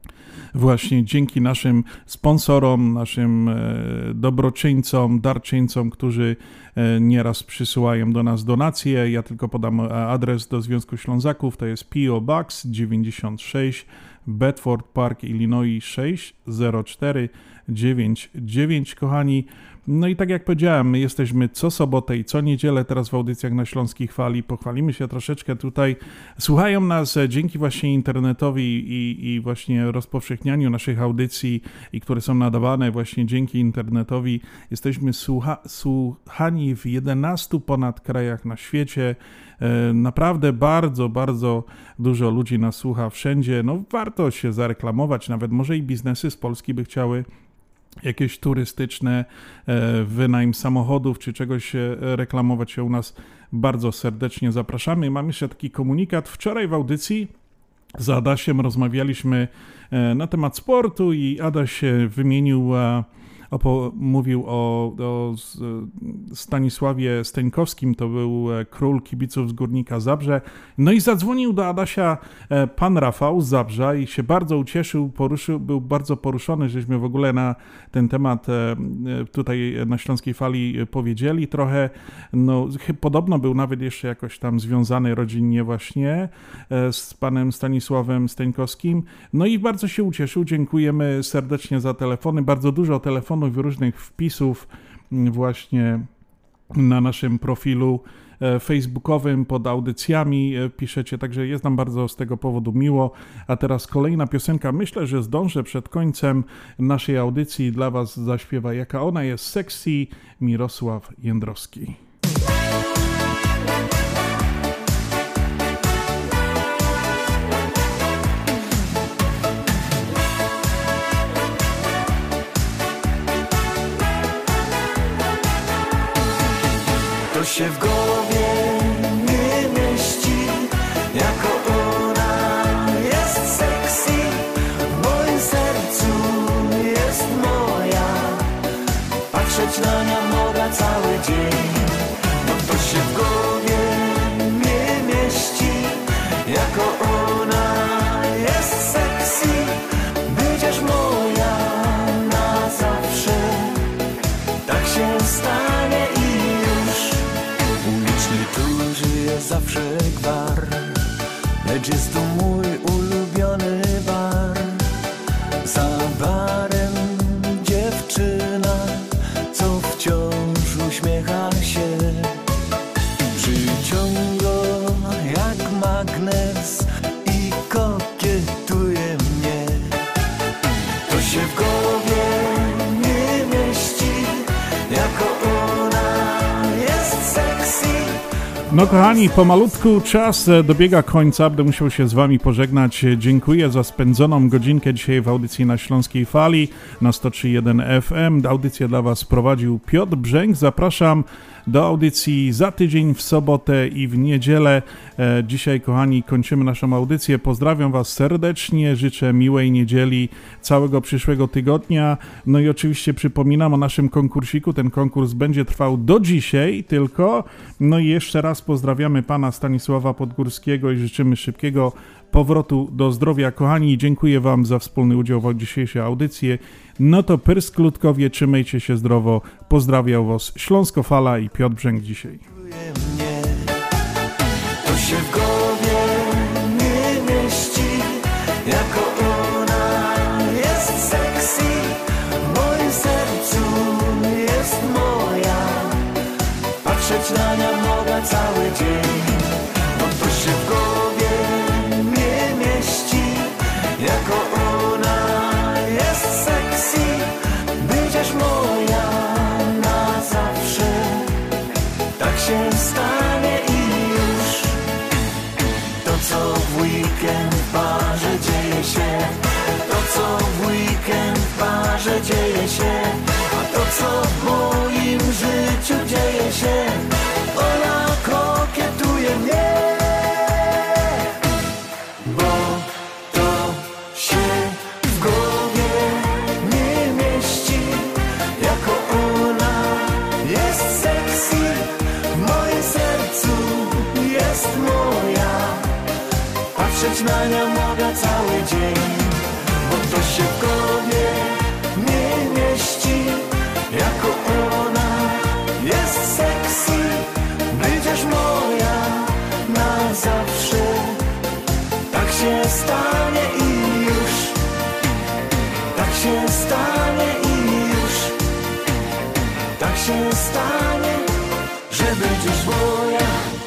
właśnie dzięki naszym sponsorom, naszym dobroczyńcom, darczyńcom, którzy nieraz przysyłają do nas donacje. Ja tylko podam adres do Związku Ślązaków, to jest P.O. Box 96 Bedford Park, Illinois 60499, kochani. No i tak jak powiedziałem, my jesteśmy co sobotę i co niedzielę teraz w audycjach na Śląskiej Fali. Pochwalimy się troszeczkę tutaj. Słuchają nas dzięki właśnie internetowi i właśnie rozpowszechnianiu naszych audycji, i które są nadawane właśnie dzięki internetowi. Jesteśmy słuchani w 11 ponad krajach na świecie. Naprawdę bardzo, bardzo dużo ludzi nas słucha wszędzie. No warto się zareklamować, nawet może i biznesy z Polski by chciały jakieś turystyczne, wynajem samochodów czy czegoś reklamować się u nas. Bardzo serdecznie zapraszamy. Mam jeszcze taki komunikat. Wczoraj w audycji z Adasiem rozmawialiśmy na temat sportu i Adaś mówił o Stanisławie Steńkowskim, to był król kibiców z Górnika Zabrze. No i zadzwonił do Adasia pan Rafał z Zabrza i się bardzo ucieszył, był bardzo poruszony, żeśmy w ogóle na ten temat tutaj na Śląskiej Fali powiedzieli trochę. No, podobno był nawet jeszcze jakoś tam związany rodzinnie właśnie z panem Stanisławem Steńkowskim. No i bardzo się ucieszył. Dziękujemy serdecznie za telefony. Bardzo dużo telefonów i różnych wpisów właśnie na naszym profilu facebookowym pod audycjami piszecie, także jest nam bardzo z tego powodu miło. A teraz kolejna piosenka. Myślę, że zdążę przed końcem naszej audycji. Dla was zaśpiewa Jaka ona jest sexy Mirosław Jędrowski. To się w głowie nie mieści, jako ona jest sexy. W moim sercu jest moja, patrzeć na nią mogę cały dzień. No to się w głowie nie mieści, jako ona jest sexy. Będziesz moja na zawsze, tak się stanie i tu żyje zawsze gwar, lecz jest to mój ulubiony bar. Za barem dziewczyna, co wciąż uśmiecha się, przyciąga jak magnes i kokietuje mnie. To się w głowie nie mieści, jako ona jest sexy. No kochani, pomalutku czas dobiega końca, będę musiał się z wami pożegnać. Dziękuję za spędzoną godzinkę dzisiaj w audycji na Śląskiej Fali na 103.1 FM. Audycję dla was prowadził Piotr Brzęk. Zapraszam do audycji za tydzień w sobotę i w niedzielę. Dzisiaj, kochani, kończymy naszą audycję. Pozdrawiam was serdecznie, życzę miłej niedzieli, całego przyszłego tygodnia. No i oczywiście przypominam o naszym konkursiku. Ten konkurs będzie trwał do dzisiaj tylko. No i jeszcze raz pozdrawiamy pana Stanisława Podgórskiego i życzymy szybkiego powrotu do zdrowia. Kochani, dziękuję wam za wspólny udział w dzisiejszej audycji. No to Pyrsk Ludkowie, trzymajcie się zdrowo. Pozdrawiam was Śląsko Fala i Piotr Brzęk dzisiaj. To się w głowie nie mieści, jako ona jest sexy. W moim sercu jest moja, patrzeć na nią mogę cały dzień. No to się w głowie nie mieści, jako ona jest sexy. Będziesz moja na zawsze, tak się stanie i już. To co w weekend w barze dzieje się, to co w weekend w barze dzieje się, a to co w moim życiu dzieje się, ona kokietuje mnie. Bo to się w głowie nie mieści, jako ona jest sexy. W moim sercu jest moja, patrzeć na nią mogę cały dzień. Bo To się w głowie nie mieści, jako ona jest sexy, będziesz moja na zawsze. Tak się stanie i już, tak się stanie i już, tak się stanie, że będziesz moja.